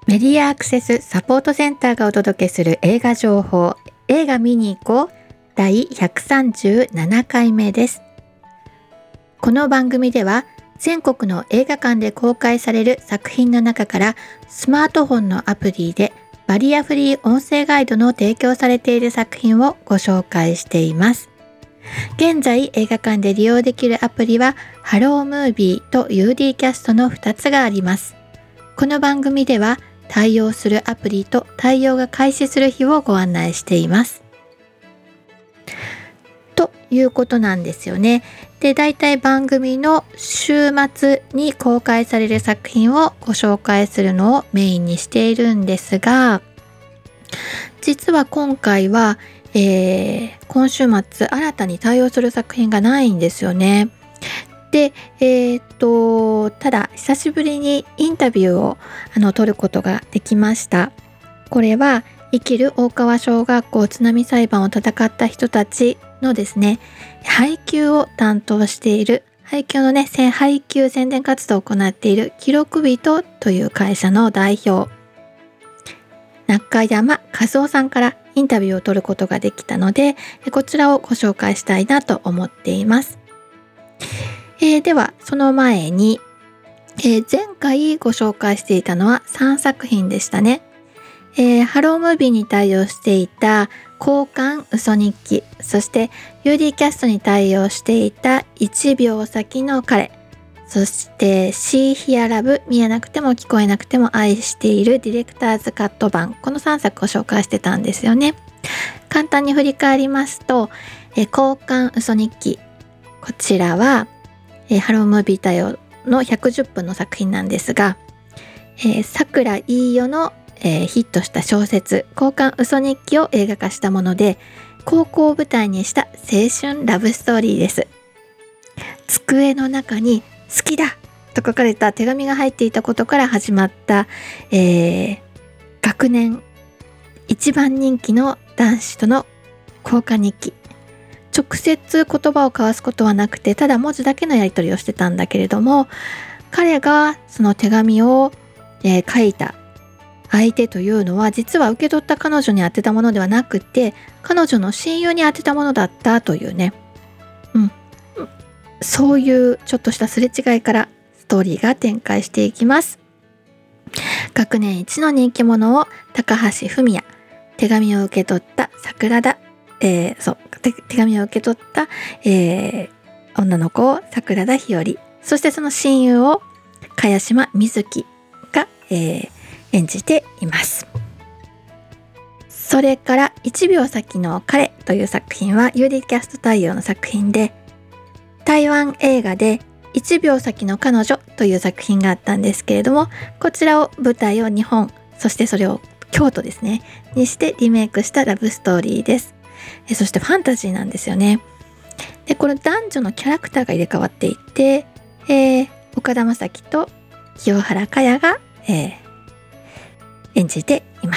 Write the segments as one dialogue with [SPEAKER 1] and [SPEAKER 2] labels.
[SPEAKER 1] メディアアクセスサポートセンターがお届けする映画情報、映画見に行こう第137回目です。この番組では全国の映画館で公開される作品の中からスマートフォンのアプリでバリアフリー音声ガイドの提供されている作品をご紹介しています。現在映画館で利用できるアプリはハロームービーと UD キャストの2つがあります。この番組では対応するアプリと対応が開始する日をご案内しています。ということなんですよね。で、だいたい番組の週末に公開される作品をご紹介するのをメインにしているんですが、実は今回は、今週末新たに対応する作品がないんですよね。で、ただ久しぶりにインタビューを取ることができました。これは生きる大川小学校津波裁判を戦った人たちのですね、配給を担当している配給のね、配給宣伝活動を行っている記録人という会社の代表中山和夫さんからインタビューを取ることができたので、こちらをご紹介したいなと思っています。ではその前に、前回ご紹介していたのは3作品でしたね。ハロームービーに対応していた交換嘘日記、そして UD キャストに対応していた1秒先の彼、そしてSee Hear Love、見えなくても聞こえなくても愛しているディレクターズカット版、この3作を紹介してたんですよね。簡単に振り返りますと、交換嘘日記、こちらはハロームービー対応の110分の作品なんですが、桜いいよの、ヒットした小説交換嘘日記を映画化したもので、高校を舞台にした青春ラブストーリーです。机の中に好きだと書かれた手紙が入っていたことから始まった、学年一番人気の男子との交換日記。直接言葉を交わすことはなくて、ただ文字だけのやり取りをしてたんだけれども、彼がその手紙を、書いた相手というのは実は受け取った彼女に宛てたものではなくて、彼女の親友に宛てたものだったというね、そういうちょっとしたすれ違いからストーリーが展開していきます。学年一の人気者を高橋文也、手紙を受け取った桜田、手紙を受け取った、女の子を桜田ひより、そしてその親友を茅島みずきが、演じています。それから1秒先の彼という作品は UD キャスト対応の作品で、台湾映画で1秒先の彼女という作品があったんですけれども、こちらを舞台を日本、そしてそれを京都ですねにしてリメイクしたラブストーリーです。そしてファンタジーなんですよね。で、これ男女のキャラクターが入れ替わっていて、岡田将生と清原果耶が、演じています。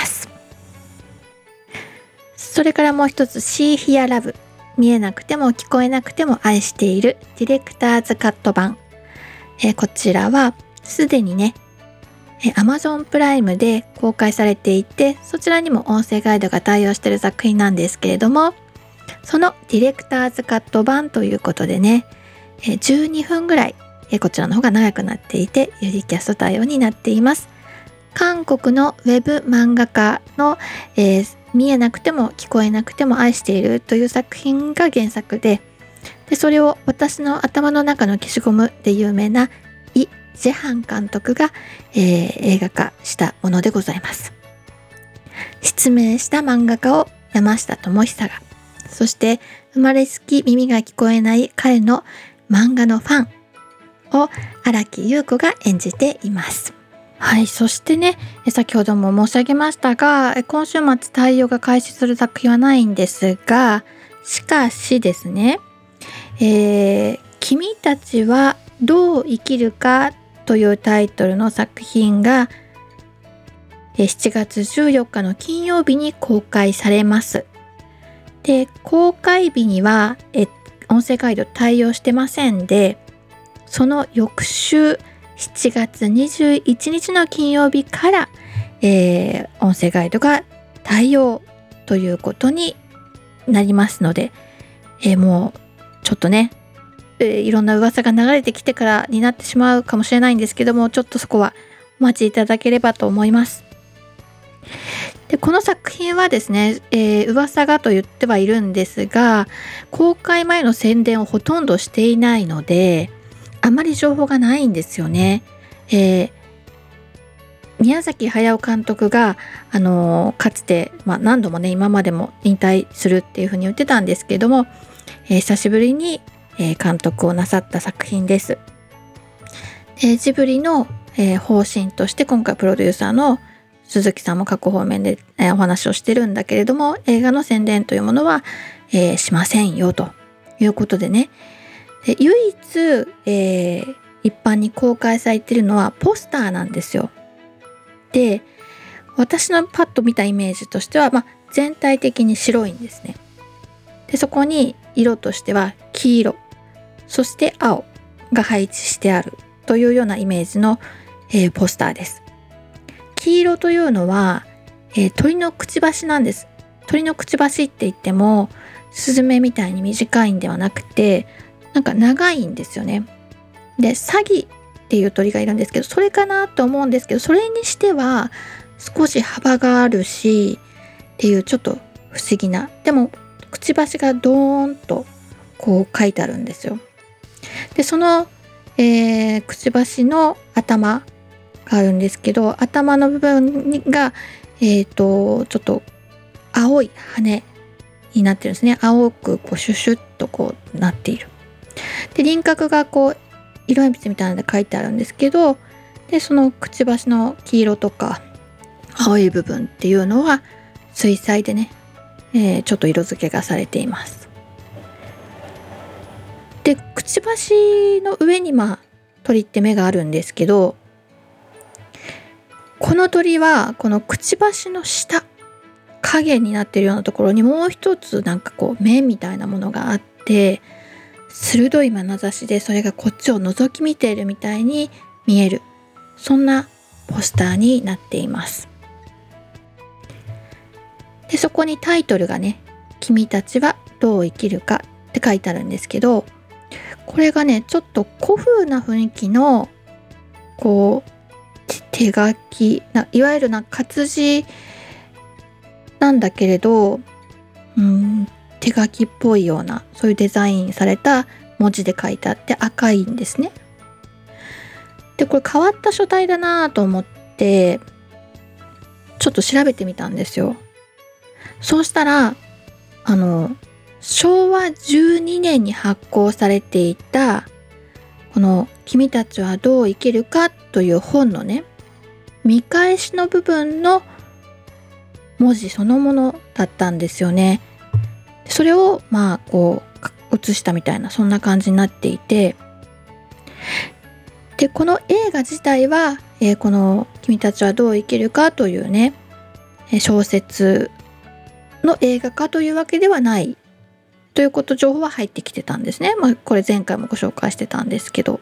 [SPEAKER 1] それからもう一つ See Hear Love、 見えなくても聞こえなくても愛しているディレクターズカット版、こちらはすでにねAmazon プライムで公開されていて、そちらにも音声ガイドが対応している作品なんですけれども、そのディレクターズカット版ということでね、12分ぐらいこちらの方が長くなっていて UD キャスト対応になっています。韓国のウェブ漫画家の、見えなくても聞こえなくても愛しているという作品が原作で、それを私の頭の中の消しゴムで有名なイ・ジェハン監督が、映画化したものでございます。失明した漫画家を山下智久が、そして生まれつき耳が聞こえない彼の漫画のファンを荒木優子が演じています。はい、そしてね、先ほども申し上げましたが、今週末対応が開始する作品はないんですが、しかしですね、君たちはどう生きるかというタイトルの作品が7月14日の金曜日に公開されます。で、公開日には音声ガイド対応してませんで、その翌週7月21日の金曜日から音声ガイドが対応ということになりますので、もうちょっとね、いろんな噂が流れてきてからになってしまうかもしれないんですけども、ちょっとそこはお待ちいただければと思います。でこの作品はですね、噂がと言ってはいるんですが、公開前の宣伝をほとんどしていないので、あまり情報がないんですよね。宮崎駿監督が、かつて、何度もね今までも引退するっていうふうに言ってたんですけども、久しぶりに、監督をなさった作品です。ジブリの、方針として今回プロデューサーの鈴木さんも各方面で、お話をしてるんだけれども、映画の宣伝というものは、しませんよということでね、唯一、一般に公開されているのはポスターなんですよ。で、私のパッと見たイメージとしては、全体的に白いんですね。で、そこに色としては黄色、そして青が配置してあるというようなイメージの、ポスターです。黄色というのは、鳥のくちばしなんです。鳥のくちばしって言ってもスズメみたいに短いんではなくて、なんか長いんですよね。で、サギっていう鳥がいるんですけど、それかなと思うんですけど、それにしては少し幅があるしっていう、ちょっと不思議な、でもくちばしがドーンとこう書いてあるんですよ。で、その、くちばしの頭があるんですけど、頭の部分がちょっと青い羽になってるんですね。青くこうシュシュッとこうなっている。で、輪郭がこう色鉛筆みたいなので書いてあるんですけど、でそのくちばしの黄色とか青い部分っていうのは水彩でね、ちょっと色付けがされています。で、くちばしの上に鳥って目があるんですけど、この鳥はこのくちばしの下、影になっているようなところにもう一つなんかこう目みたいなものがあって、鋭い眼差しでそれがこっちを覗き見ているみたいに見える、そんなポスターになっています。で、そこにタイトルがね、君たちはどう生きるかって書いてあるんですけど、これがねちょっと古風な雰囲気のこう手書きな、いわゆる活字なんだけれど、手書きっぽいような、そういうデザインされた文字で書いてあって赤いんですね。で、これ変わった書体だなと思ってちょっと調べてみたんですよ。そうしたら昭和12年に発行されていたこの君たちはどう生きるかという本のね、見返しの部分の文字そのものだったんですよね。それをこう写したみたいな、そんな感じになっていて、でこの映画自体は、この君たちはどう生きるかというね、小説の映画化というわけではないということ情報は入ってきてたんですね。これ前回もご紹介してたんですけど、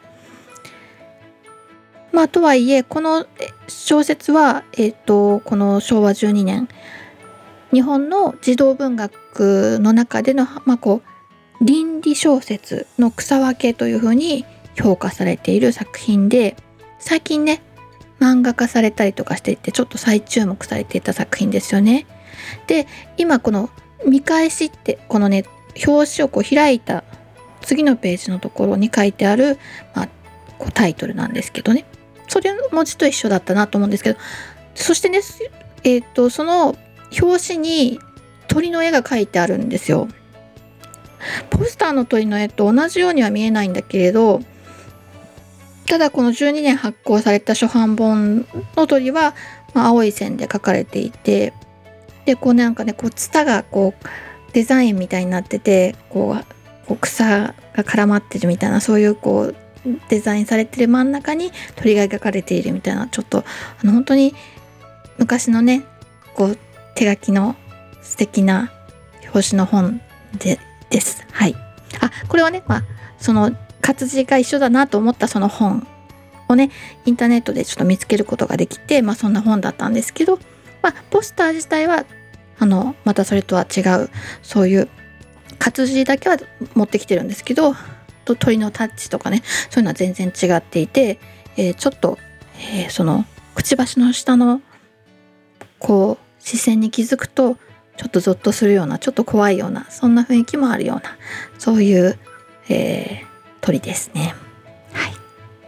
[SPEAKER 1] とはいえこの小説は、この昭和12年日本の児童文学の中での、こう倫理小説の草分けというふうに評価されている作品で、最近ね漫画化されたりとかしていて、ちょっと再注目されていた作品ですよね。で、今この見返しってこのね表紙をこう開いた次のページのところに書いてある、こうタイトルなんですけどね、それの文字と一緒だったなと思うんですけど、そしてね、その表紙に鳥の絵が描いてあるんですよ。ポスターの鳥の絵と同じようには見えないんだけれど、ただこの12年発行された初版本の鳥は、青い線で描かれていて、でこうなんかねこうツタがこうデザインみたいになってて、こう草が絡まってるみたいな、そういうこうデザインされてる真ん中に鳥が描かれているみたいな、ちょっと本当に昔のねこう手書きの素敵な表紙の本です。はい。これはね、その活字が一緒だなと思ったその本をねインターネットでちょっと見つけることができて、そんな本だったんですけど、ポスター自体はまたそれとは違う、そういう活字だけは持ってきてるんですけど、鳥のタッチとかね、そういうのは全然違っていて、ちょっと、そのくちばしの下のこう視線に気づくとちょっとゾッとするような、ちょっと怖いような、そんな雰囲気もあるような、そういう、鳥ですね。はい。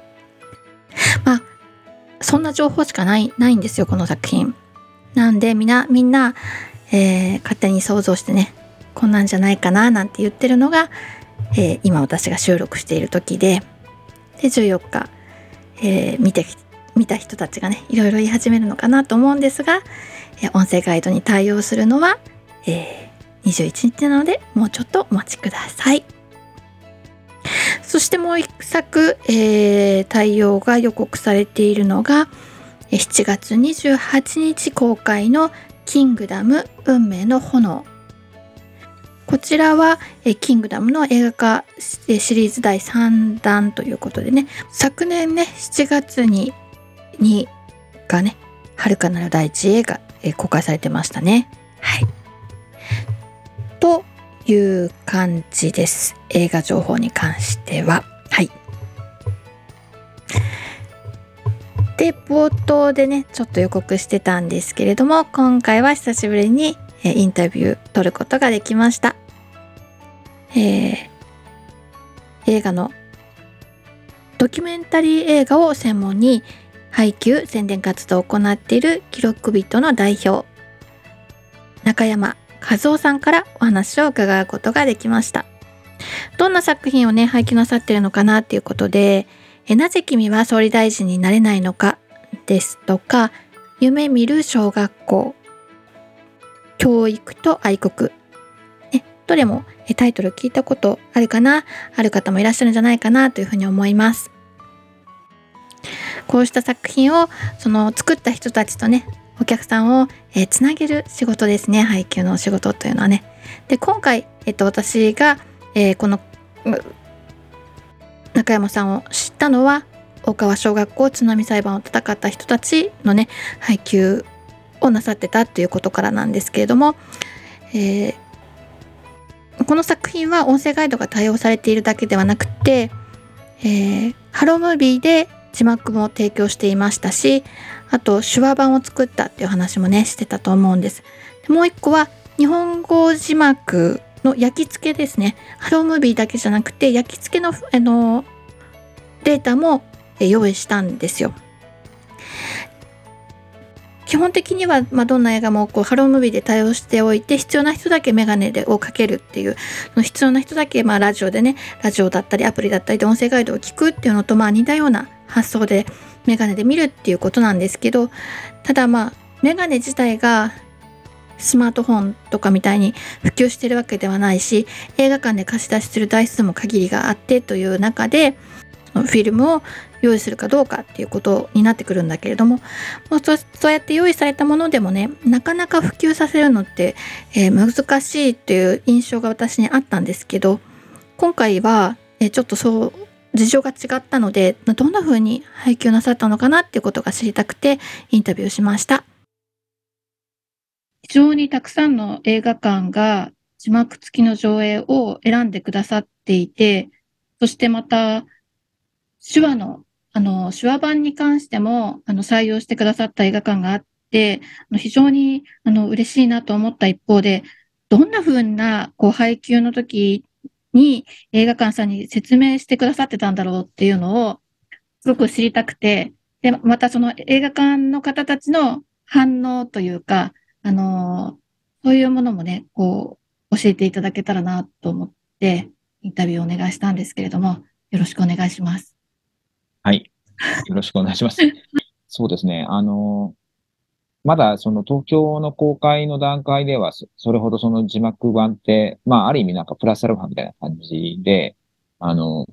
[SPEAKER 1] そんな情報しかないんですよ、この作品。なんでみんな、勝手に想像してね、こんなんじゃないかななんて言ってるのが、今私が収録している時で、14日、見た人たちがねいろいろ言い始めるのかなと思うんですが、音声ガイドに対応するのは、21日なのでもうちょっとお待ちください。そしてもう一作、対応が予告されているのが7月28日公開のキングダム運命の炎。こちらはキングダムの映画化シリーズ第3弾ということでね、昨年ね7月にがね遥かなる大地映画公開されてましたね。はい。という感じです。映画情報に関しては。はい。で、冒頭でねちょっと予告してたんですけれども、今回は久しぶりにインタビュー撮ることができました。映画のドキュメンタリー映画を専門に配給宣伝活動を行っている記録人の代表中山和夫さんからお話を伺うことができました。どんな作品をね配給なさっているのかなっていうことで、なぜ君は総理大臣になれないのかですとか、夢見る小学校、教育と愛国、どれもタイトル聞いたことある方もいらっしゃるんじゃないかなというふうに思います。こうした作品を作った人たちとねお客さんをつなげる仕事ですね、配給の仕事というのはね。で今回、私が、この中山さんを知ったのは大川小学校津波裁判を戦った人たちのね配給をなさってたということからなんですけれども、この作品は音声ガイドが対応されているだけではなくて、ハロームービーで字幕も提供していましたし、あと手話版を作ったっていう話もねしてたと思うんです。でもう一個は日本語字幕の焼き付けですね。ハロームービーだけじゃなくて焼き付けの、データも用意したんですよ。基本的には、どんな映画もハロームービーで対応しておいて、必要な人だけメガネをかけるっていう、必要な人だけラジオでね、ラジオだったりアプリだったりで音声ガイドを聞くっていうのと似たような発想でメガネで見るっていうことなんですけど、ただメガネ自体がスマートフォンとかみたいに普及してるわけではないし、映画館で貸し出しする台数も限りがあってという中で、フィルムを用意するかどうかっていうことになってくるんだけれども、そうやって用意されたものでもねなかなか普及させるのって、難しいっていう印象が私にあったんですけど、今回は、ちょっとそう事情が違ったので、どんな風に配給なさったのかなっていうことが知りたくてインタビューしました。非常にたくさんの映画館が字幕付きの上映を選んでくださっていて、そしてまた手話の、手話版に関しても、採用してくださった映画館があって、非常に、嬉しいなと思った一方で、どんな風な、配給の時に映画館さんに説明してくださってたんだろうっていうのを、すごく知りたくて、で、またその映画館の方たちの反応というか、そういうものもね、教えていただけたらなと思って、インタビューをお願いしたんですけれども、よろしくお願いします。
[SPEAKER 2] はい。よろしくお願いします。そうですね。まだその東京の公開の段階では、それほどその字幕版って、ある意味なんかプラスアルファみたいな感じで、あの、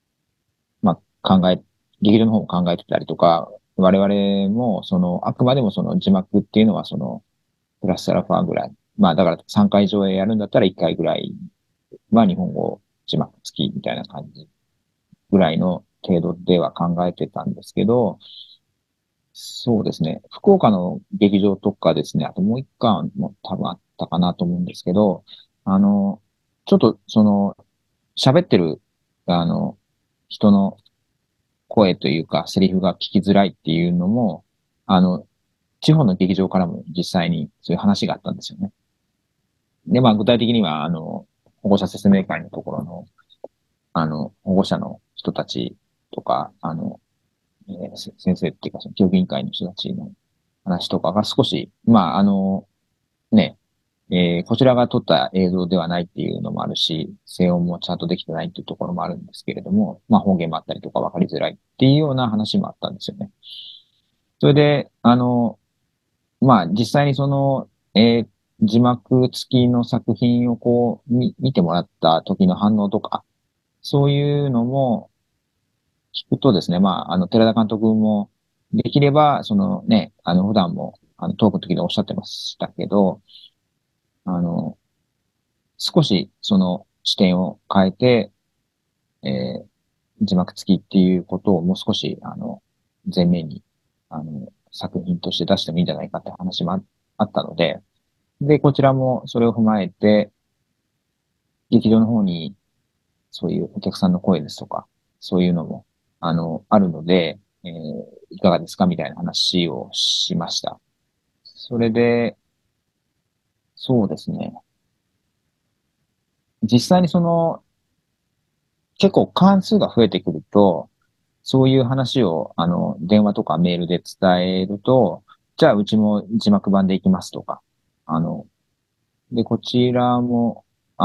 [SPEAKER 2] 劇場の方も考えてたりとか、我々もあくまでもその字幕っていうのはプラスアルファぐらい。だから3回上映やるんだったら1回ぐらいは日本語字幕付きみたいな感じぐらいの程度では考えてたんですけど、そうですね。福岡の劇場とかですね、あともう一館も多分あったかなと思うんですけど、あの、ちょっと喋ってる、人の声というか、セリフが聞きづらいっていうのも、あの、地方の劇場からも実際にそういう話があったんですよね。で、まあ具体的には、保護者説明会のところの、保護者の人たちとか、先生っていうか、その教育委員会の人たちの話とかが少し、まあ、ね、こちらが撮った映像ではないっていうのもあるし、静音もちゃんとできてないっていうところもあるんですけれども、まあ方言もあったりとか分かりづらいっていうような話もあったんですよね。それで、まあ実際に字幕付きの作品を見てもらった時の反応とか、そういうのも聞くとですね、まあ、寺田監督も、できれば、普段も、トークの時でおっしゃってましたけど、あの、少し、その視点を変えて、え字幕付きっていうことをもう少し、前面に、作品として出してもいいんじゃないかって話もあったので、で、こちらもそれを踏まえて、劇場の方に、そういうお客さんの声ですとか、そういうのも、あるので、いかがですかみたいな話をしました。それで、そうですね。実際に結構関数が増えてくると、そういう話を、電話とかメールで伝えると、じゃあ、うちも字幕版で行きますとか、あの、で、こちらも、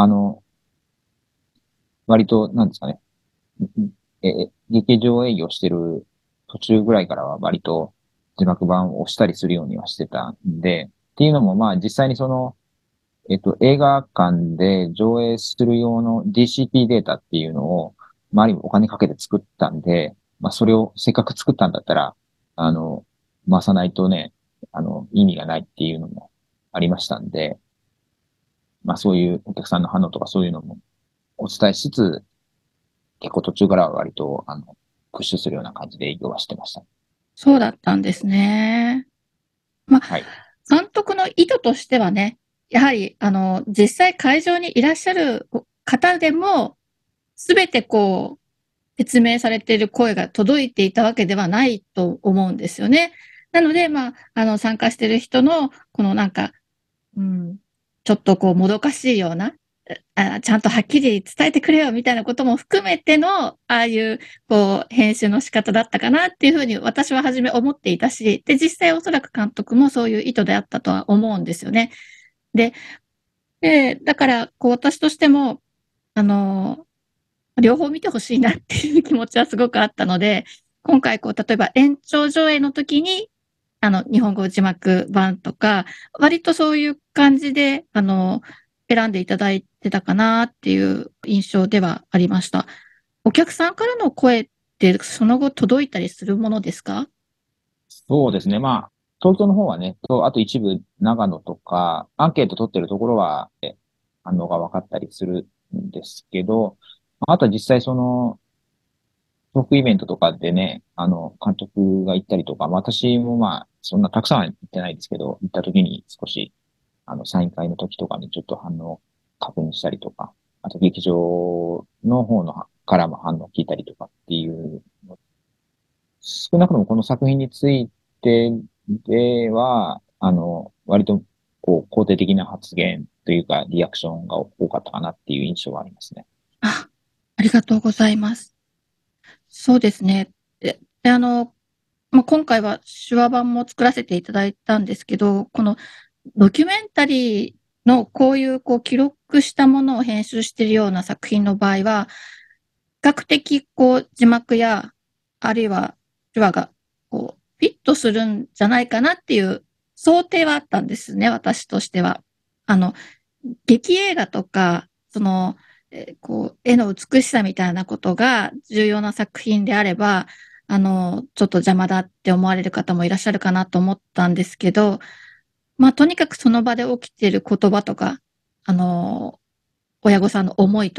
[SPEAKER 2] 割と、なんですかね、劇場営業してる途中ぐらいからは割と字幕版を押したりするようにはしてたんで、っていうのもまあ実際に映画館で上映する用の DCP データっていうのを、まあある意味お金かけて作ったんで、まあそれをせっかく作ったんだったら、あの、回さないとね、意味がないっていうのもありましたんで、まあそういうお客さんの反応とかそういうのもお伝えしつつ、結構途中からは割と、プッシュするような感じで営業はしてました。
[SPEAKER 1] そうだったんですね。まあ、
[SPEAKER 2] はい。
[SPEAKER 1] 監督の意図としてはね、やはり、実際会場にいらっしゃる方でも、すべて説明されている声が届いていたわけではないと思うんですよね。なので、まあ、参加している人の、このなんか、うん、ちょっともどかしいような、ちゃんとはっきり伝えてくれよみたいなことも含めての、ああいう、編集の仕方だったかなっていうふうに私は初め思っていたし、で、実際おそらく監督もそういう意図であったとは思うんですよね。で、だから、私としても、あの、両方見てほしいなっていう気持ちはすごくあったので、今回例えば延長上映の時に、日本語字幕版とか、割とそういう感じで、選んでいただいてたかなっていう印象ではありました。お客さんからの声ってその後届いたりするものですか？
[SPEAKER 2] そうですね。まあ、東京の方はね、あと一部長野とか、アンケート取ってるところは、反応が分かったりするんですけど、あとは実際トークイベントとかでね、監督が行ったりとか、私もまあ、そんなたくさんは行ってないですけど、行った時に少し、サイン会の時とかにちょっと反応を確認したりとか、あと劇場の方のからも反応を聞いたりとかっていう少なくともこの作品についてでは、割と、肯定的な発言というか、リアクションが多かったかなっていう印象はありますね。
[SPEAKER 1] あ、ありがとうございます。そうですね。でまあ、今回は手話版も作らせていただいたんですけど、このドキュメンタリーのこういう記録したものを編集しているような作品の場合は、比較的字幕や、あるいは手話がフィットするんじゃないかなっていう想定はあったんですね、私としては。あの、劇映画とか、絵の美しさみたいなことが重要な作品であれば、ちょっと邪魔だって思われる方もいらっしゃるかなと思ったんですけど、まあ、とにかくその場で起きている言葉とか、あの、親御さんの思いとか、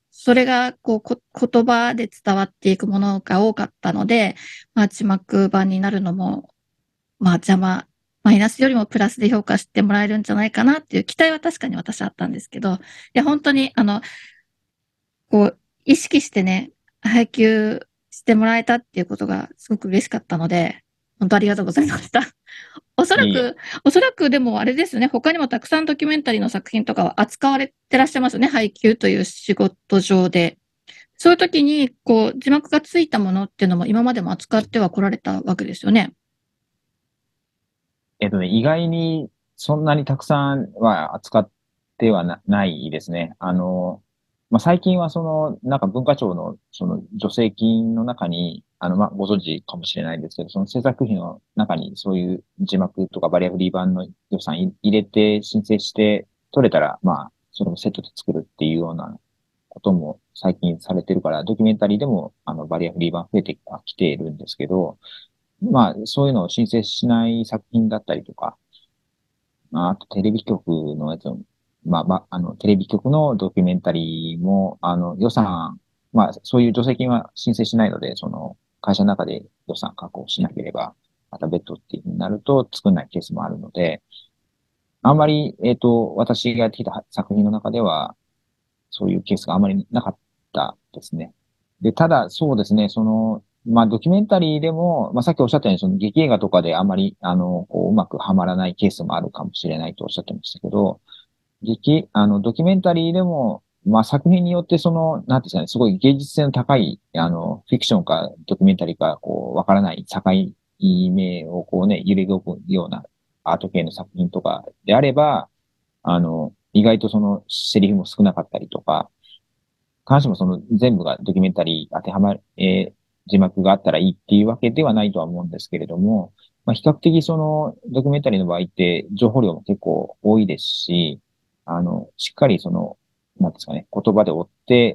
[SPEAKER 1] それが言葉で伝わっていくものが多かったので、字幕版になるのも、マイナスよりもプラスで評価してもらえるんじゃないかなっていう期待は確かに私あったんですけど、いや、本当に、意識してね、配給してもらえたっていうことがすごく嬉しかったので、本当ありがとうございました。おそ
[SPEAKER 2] いえいえ。
[SPEAKER 1] らく、おそらくでもあれですね、他にもたくさんドキュメンタリーの作品とかは扱われてらっしゃいますよね、配給という仕事上で。そういう時に、字幕がついたものっていうのも今までも扱っては来られたわけですよね。
[SPEAKER 2] 意外にそんなにたくさんは扱ってはないですね。最近はなんか文化庁のその助成金の中に、ご存知かもしれないんですけど、その制作費の中にそういう字幕とかバリアフリー版の予算入れて申請して取れたら、それもセットで作るっていうようなことも最近されてるから、ドキュメンタリーでもバリアフリー版増えてきているんですけど、そういうのを申請しない作品だったりとか、あとテレビ局のやつも、テレビ局のドキュメンタリーも、予算、そういう助成金は申請しないので、その、会社の中で予算確保しなければ、また別途っていうふうになると作んないケースもあるので、あんまり、私がやってきた作品の中では、そういうケースがあまりなかったですね。で、ただ、そうですね、ドキュメンタリーでも、さっきおっしゃったように、その劇映画とかであまり、うまくはまらないケースもあるかもしれないとおっしゃってましたけど、ドキュメンタリーでも、作品によってなんていうんですかね、すごい芸術性の高い、フィクションかドキュメンタリーか、わからない境目を揺れ動くようなアート系の作品とかであれば、意外とそのセリフも少なかったりとか、必ずしもその全部がドキュメンタリー当てはまる、字幕があったらいいっていうわけではないとは思うんですけれども、比較的そのドキュメンタリーの場合って情報量も結構多いですし、しっかりなんですかね、言葉で追って、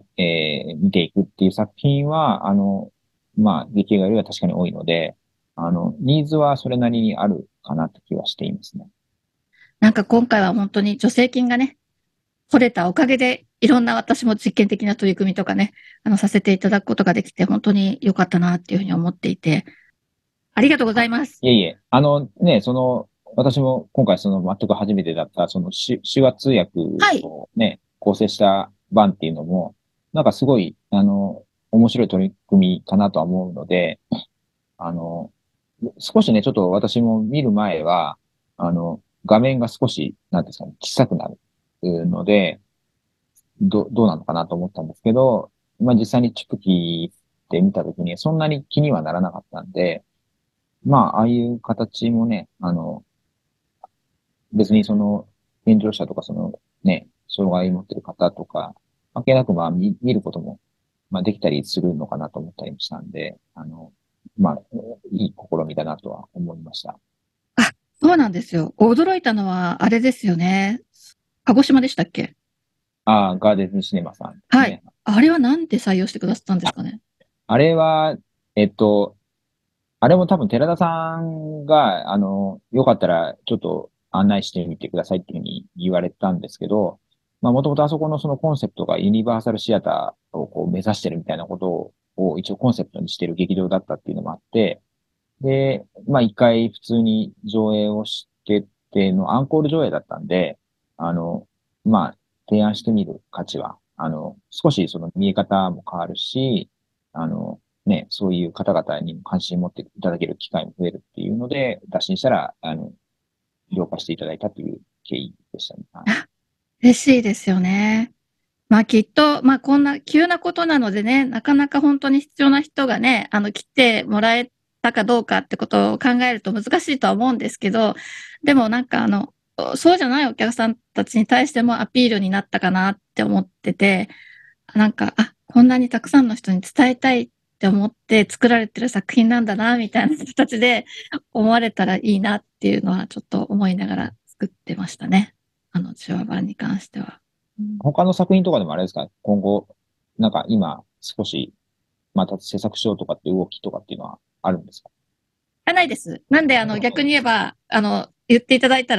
[SPEAKER 2] 見ていくっていう作品は、劇映画よりは確かに多いので、ニーズはそれなりにあるかなって気はしていますね。
[SPEAKER 1] なんか今回は本当に助成金がね、取れたおかげで、いろんな私も実験的な取り組みとかね、させていただくことができて、本当に良かったなっていうふうに思っていて、ありがとうござい
[SPEAKER 2] あ、
[SPEAKER 1] ます。
[SPEAKER 2] いえいえ。私も今回全く初めてだった、手話通訳
[SPEAKER 1] はい。
[SPEAKER 2] をね、構成した版っていうのも、なんかすごい、面白い取り組みかなとは思うので、あの、少しね、ちょっと私も見る前は、画面が少し、なんていうんですかね、小さくなるので、どうなのかなと思ったんですけど、実際にチュプキで見たときにそんなに気にはならなかったんで、ああいう形もね、別に健常者とか障害を持ってる方とか、関係なく見ることも、できたりするのかなと思ったりもしたんで、まあ、いい試みだなとは思いました。
[SPEAKER 1] あ、そうなんですよ。驚いたのは、あれですよね。鹿児島でしたっけ？
[SPEAKER 2] ああ、ガーデンズシネマさんです
[SPEAKER 1] はい。
[SPEAKER 2] ね。
[SPEAKER 1] あれはなんで採用してくださったんですかね？
[SPEAKER 2] あれは、えっと、あれも多分寺田さんが、よかったらちょっと案内してみてくださいっていうふうに言われたんですけど、もともとあそこのそのコンセプトがユニバーサルシアターを目指してるみたいなことを一応コンセプトにしてる劇場だったっていうのもあって、で、一回普通に上映をしててのアンコール上映だったんで、あの、提案してみる価値は、少しその見え方も変わるし、そういう方々にも関心を持っていただける機会も増えるっていうので、打診したら、評価していただいたという経緯でしたね。はい。
[SPEAKER 1] あ、嬉しいですよね。きっと、こんな急なことなのでね、なかなか本当に必要な人がね、来てもらえたかどうかってことを考えると難しいとは思うんですけど、でもなんかそうじゃないお客さんたちに対してもアピールになったかなって思ってて、なんか、こんなにたくさんの人に伝えたいって思って作られてる作品なんだな、みたいな形で思われたらいいなっていうのはちょっと思いながら作ってましたね。手話版に関しては。うん。
[SPEAKER 2] 他の作品とかでもあれですか、今後、なんか今少しまた制作しようとかって動きとかっていうのはあるんですか？
[SPEAKER 1] ないです。なんで、逆に言えば、言っていただいたら、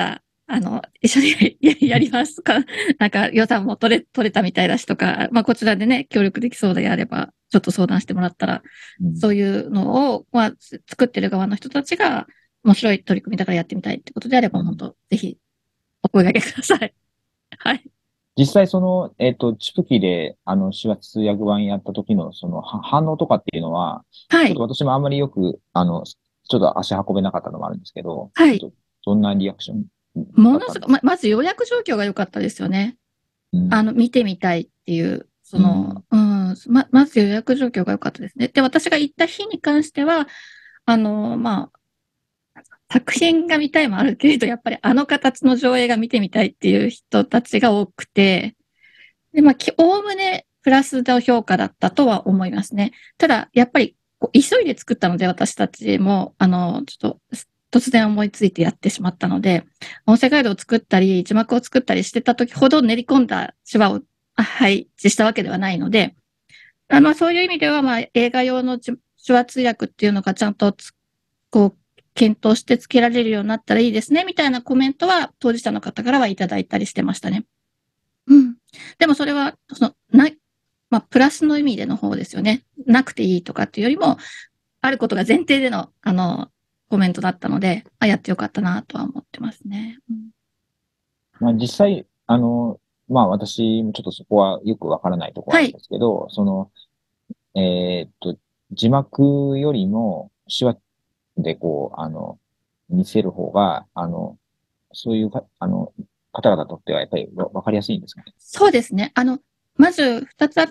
[SPEAKER 1] 一緒にやりますか。なんか予算も取れたみたいだしとか、まあこちらでね、協力できそうであれば、ちょっと相談してもらったら、
[SPEAKER 2] うん。
[SPEAKER 1] そういうのを、まあ、作ってる側の人たちが、面白い取り組みだからやってみたいってことであれば、本
[SPEAKER 2] うん。
[SPEAKER 1] 当ぜひ、お声掛けください。はい。
[SPEAKER 2] 実際その、チプキで、手話通訳版やった時の、反応とかっていうのは、
[SPEAKER 1] はい。
[SPEAKER 2] ちょっと私もあんまりよく、ちょっと足運べなかったのもあるんですけど、
[SPEAKER 1] はい。
[SPEAKER 2] ちょっと、どんなリアクションだ
[SPEAKER 1] ものすごく、
[SPEAKER 2] ったんですか？
[SPEAKER 1] まず予約状況が良かったですよね。
[SPEAKER 2] うん。
[SPEAKER 1] 見てみたいっていう、
[SPEAKER 2] うん。
[SPEAKER 1] まず予約状況が良かったですね。で、私が行った日に関しては、まあ、作品が見たいもあるけれど、やっぱりあの形の上映が見てみたいっていう人たちが多くて、で、まあ、おおむねプラスの評価だったとは思いますね。ただ、やっぱり、急いで作ったので、私たちも、ちょっと、突然思いついてやってしまったので、音声ガイドを作ったり、字幕を作ったりしてた時ほど練り込んだ手話を配置したわけではないので、まあ、そういう意味では、まあ、映画用の手話通訳っていうのがちゃんとこう、検討してつけられるようになったらいいですね、みたいなコメントは当事者の方からはいただいたりしてましたね。うん。でもそれは、まあ、プラスの意味での方ですよね。なくていいとかっていうよりも、あることが前提での、コメントだったので、やってよかったなとは思ってますね。うん、
[SPEAKER 2] まあ、実際、まあ、私もちょっとそこはよくわからないところあるんで
[SPEAKER 1] はい。
[SPEAKER 2] すけど、えーっと、字幕よりも手話でこう、見せる方が、そういうか、方々にとってはやっぱりわかりやすいんですかね。
[SPEAKER 1] そうですね。まず二つあって、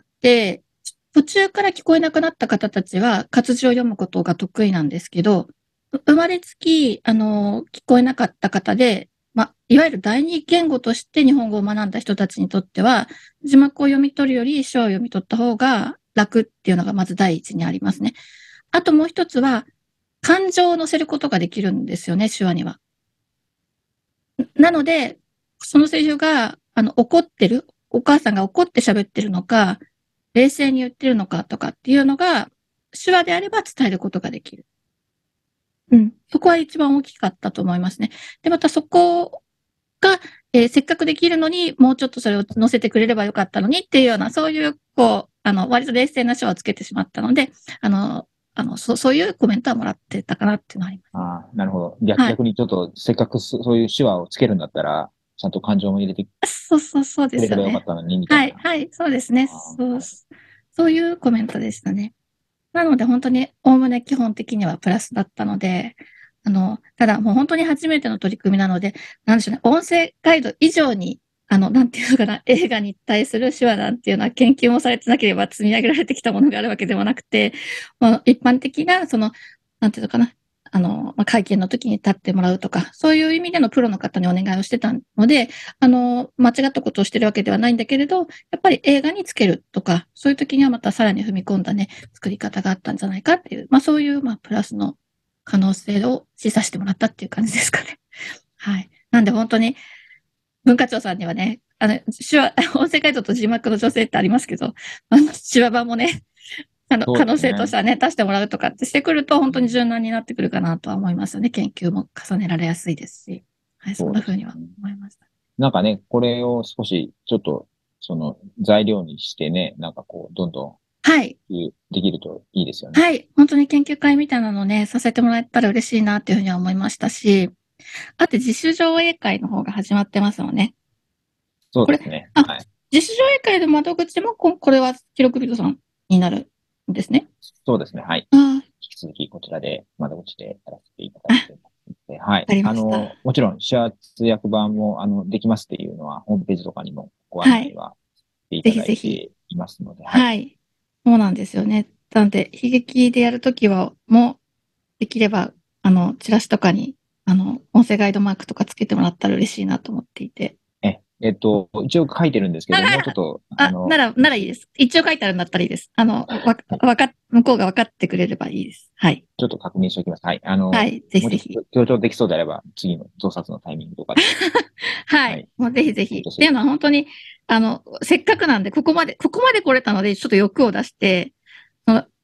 [SPEAKER 1] 途中から聞こえなくなった方たちは活字を読むことが得意なんですけど、生まれつき、聞こえなかった方で、まあ、いわゆる第二言語として日本語を学んだ人たちにとっては、字幕を読み取るより手話を読み取った方が楽っていうのがまず第一にありますね。あともう一つは、感情を乗せることができるんですよね、手話には。なので、そのセリフが、怒ってる、お母さんが怒って喋ってるのか、冷静に言ってるのかとかっていうのが、手話であれば伝えることができる。うん。そこは一番大きかったと思いますね。で、またそこが、せっかくできるのに、もうちょっとそれを載せてくれればよかったのにっていうような、そういう、割と冷静な手話をつけてしまったので、あの、そういうコメントはもらってたかなっていうのはあります。
[SPEAKER 2] ああ、なるほど。
[SPEAKER 1] はい。
[SPEAKER 2] 逆にちょっと、せっかくそういう手話をつけるんだったら、ちゃんと感情も入れて
[SPEAKER 1] そうで
[SPEAKER 2] くれればよかっ
[SPEAKER 1] すよね。
[SPEAKER 2] たのに、みたい
[SPEAKER 1] はい、
[SPEAKER 2] な。
[SPEAKER 1] はい、そうですね。
[SPEAKER 2] ああ、はい。
[SPEAKER 1] そういうコメントでしたね。なので本当に、おおむね基本的にはプラスだったので、ただもう本当に初めての取り組みなので、なんでしょうね、音声ガイド以上に、なんていうのかな、映画に対する手話なんていうのは研究もされてなければ積み上げられてきたものがあるわけではなくて、一般的な、なんていうのかな、まあ、会見の時に立ってもらうとか、そういう意味でのプロの方にお願いをしてたので、間違ったことをしてるわけではないんだけれど、やっぱり映画につけるとか、そういう時にはまたさらに踏み込んだね、作り方があったんじゃないかっていう、まあそういう、まあプラスの可能性を示唆してもらったっていう感じですかね。はい。なんで本当に文化庁さんにはね、手話、音声ガイドと字幕の助成ってありますけど、手話版もね、可能
[SPEAKER 2] そうですね。
[SPEAKER 1] 性としてはね、出してもらうとかってしてくると、本当に柔軟になってくるかなとは思いますよね。研究も重ねられやすいですし。はい、そん
[SPEAKER 2] そう
[SPEAKER 1] な風には
[SPEAKER 2] ですね。
[SPEAKER 1] 思いました。
[SPEAKER 2] なんかね、これを少し、ちょっと、材料にしてね、なんかこう、どんど
[SPEAKER 1] はい。
[SPEAKER 2] んできるといいですよね。
[SPEAKER 1] はい。本当に研究会みたいなのね、させてもらえたら嬉しいなっていうふうには思いましたし、あと自主上映会の方が始まってますよね。これ、
[SPEAKER 2] そうですね。
[SPEAKER 1] あ、
[SPEAKER 2] はい。
[SPEAKER 1] 自主上映会の窓口もこれは記録ビルドさんになるんですね。
[SPEAKER 2] そうですね。はい。
[SPEAKER 1] あ
[SPEAKER 2] 引き続きこちらで窓口でやらせていただ
[SPEAKER 1] あ、
[SPEAKER 2] いてますので、はい。
[SPEAKER 1] わかりました。
[SPEAKER 2] もちろん、手話通訳版も、できますっていうのは、ホームページとかにもご案
[SPEAKER 1] はい。
[SPEAKER 2] 内はしてい
[SPEAKER 1] ぜ
[SPEAKER 2] た
[SPEAKER 1] ひぜひ。
[SPEAKER 2] だいていますので、はい。
[SPEAKER 1] はい。そうなんですよね。なので、悲劇でやるときは、もう、できれば、チラシとかに、音声ガイドマークとかつけてもらったら嬉しいなと思っていて。
[SPEAKER 2] 一応書いてるんですけど、もうちょっと、
[SPEAKER 1] ならいいです。一応書いてあるんだったらいいです。向こうが分かってくれればいいです。はい。
[SPEAKER 2] ちょっと確認しておきます。はい。
[SPEAKER 1] はい。ぜひ
[SPEAKER 2] もうちょっ
[SPEAKER 1] ぜひ。
[SPEAKER 2] と強調できそうであれば、次の増刷のタイミングとかで、
[SPEAKER 1] はい。
[SPEAKER 2] はい。
[SPEAKER 1] もうぜひぜひ。
[SPEAKER 2] お
[SPEAKER 1] っていうのは本当に、せっかくなんで、ここまで来れたので、ちょっと欲を出して、その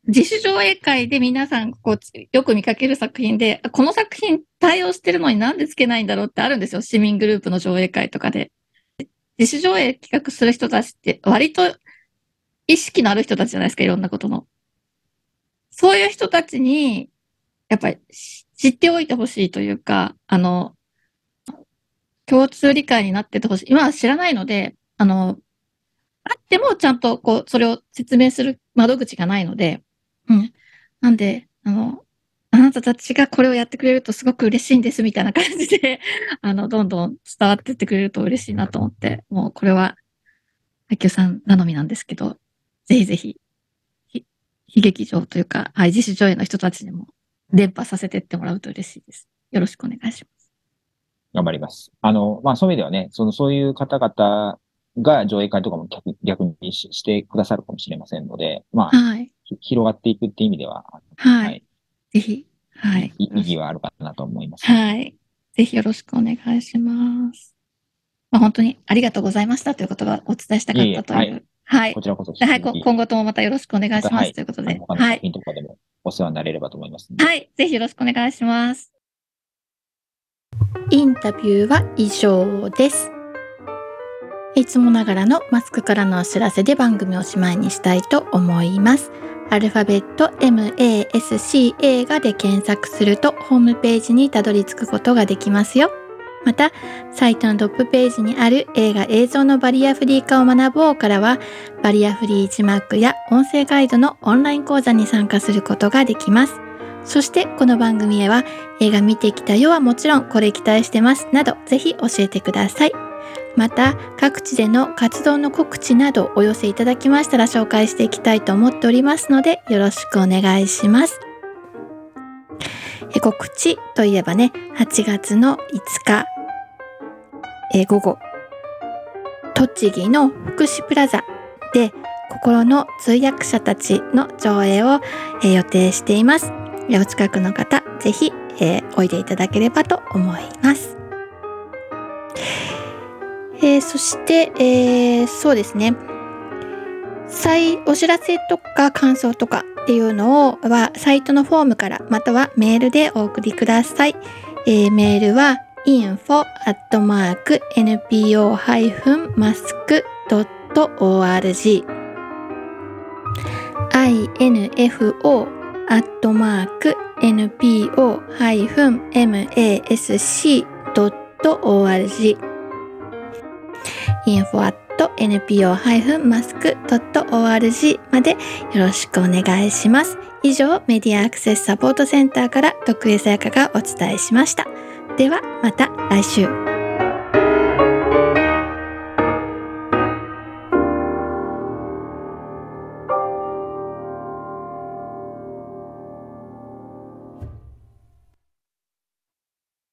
[SPEAKER 1] 自主上映会で皆さんよく見かける作品で、この作品対応してるのになんでつけないんだろうってあるんですよ。市民グループの上映会とかで。自主上映企画する人たちって割と意識のある人たちじゃないですか、いろんなことの。そういう人たちに、やっぱり知っておいてほしいというか、共通理解になっててほしい。今は知らないので、あってもちゃんとそれを説明する窓口がないので、なんで、あなたたちがこれをやってくれるとすごく嬉しいんですみたいな感じで、どんどん伝わってってくれると嬉しいなと思って、もうこれは、配給さん頼みなんですけど、ぜひぜひ、悲劇場というか、自主上映の人たちにも伝播させてってもらうと嬉しいです。よろしくお願いします。
[SPEAKER 2] 頑張ります。そういう意味ではね、そういう方々が上映会とかも逆にしてくださるかもしれませんので、
[SPEAKER 1] はい。
[SPEAKER 2] 広がっていくっていう意味では、
[SPEAKER 1] はい。ぜひ、はい。
[SPEAKER 2] 意義はあるかなと思います。
[SPEAKER 1] はい。ぜひよろしくお願いします。本当にありがとうございましたということがお伝えしたかったという。はい。
[SPEAKER 2] こちらこそ。
[SPEAKER 1] はい。今後ともまたよろしくお願いしますということで。
[SPEAKER 2] 他の作品とかでもお世話になれればと思います。
[SPEAKER 1] はい。ぜひよろしくお願いします。インタビューは以上です。いつもながらのマスクからのお知らせで番組をおしまいにしたいと思います。アルファベット MASC 映画で検索するとホームページにたどり着くことができますよ。また、サイトのトップページにある映画映像のバリアフリー化を学ぼうからは、バリアフリー字幕や音声ガイドのオンライン講座に参加することができます。そしてこの番組へは映画見てきたよはもちろんこれ期待してますなどぜひ教えてください。また各地での活動の告知などお寄せいただきましたら紹介していきたいと思っておりますのでよろしくお願いします。告知といえばね、8月の5日、午後栃木の福祉プラザで心の通訳者たちの上映を、予定しています。お近くの方ぜひ、おいでいただければと思います。そして、そうですね、お知らせとか感想とかっていうのはサイトのフォームからまたはメールでお送りください。メールは info@npo-mask.org info@npo-mask.org info@npo-mask.org までよろしくお願いします。以上、メディアアクセスサポートセンターから徳江さやかがお伝えしました。ではまた来週。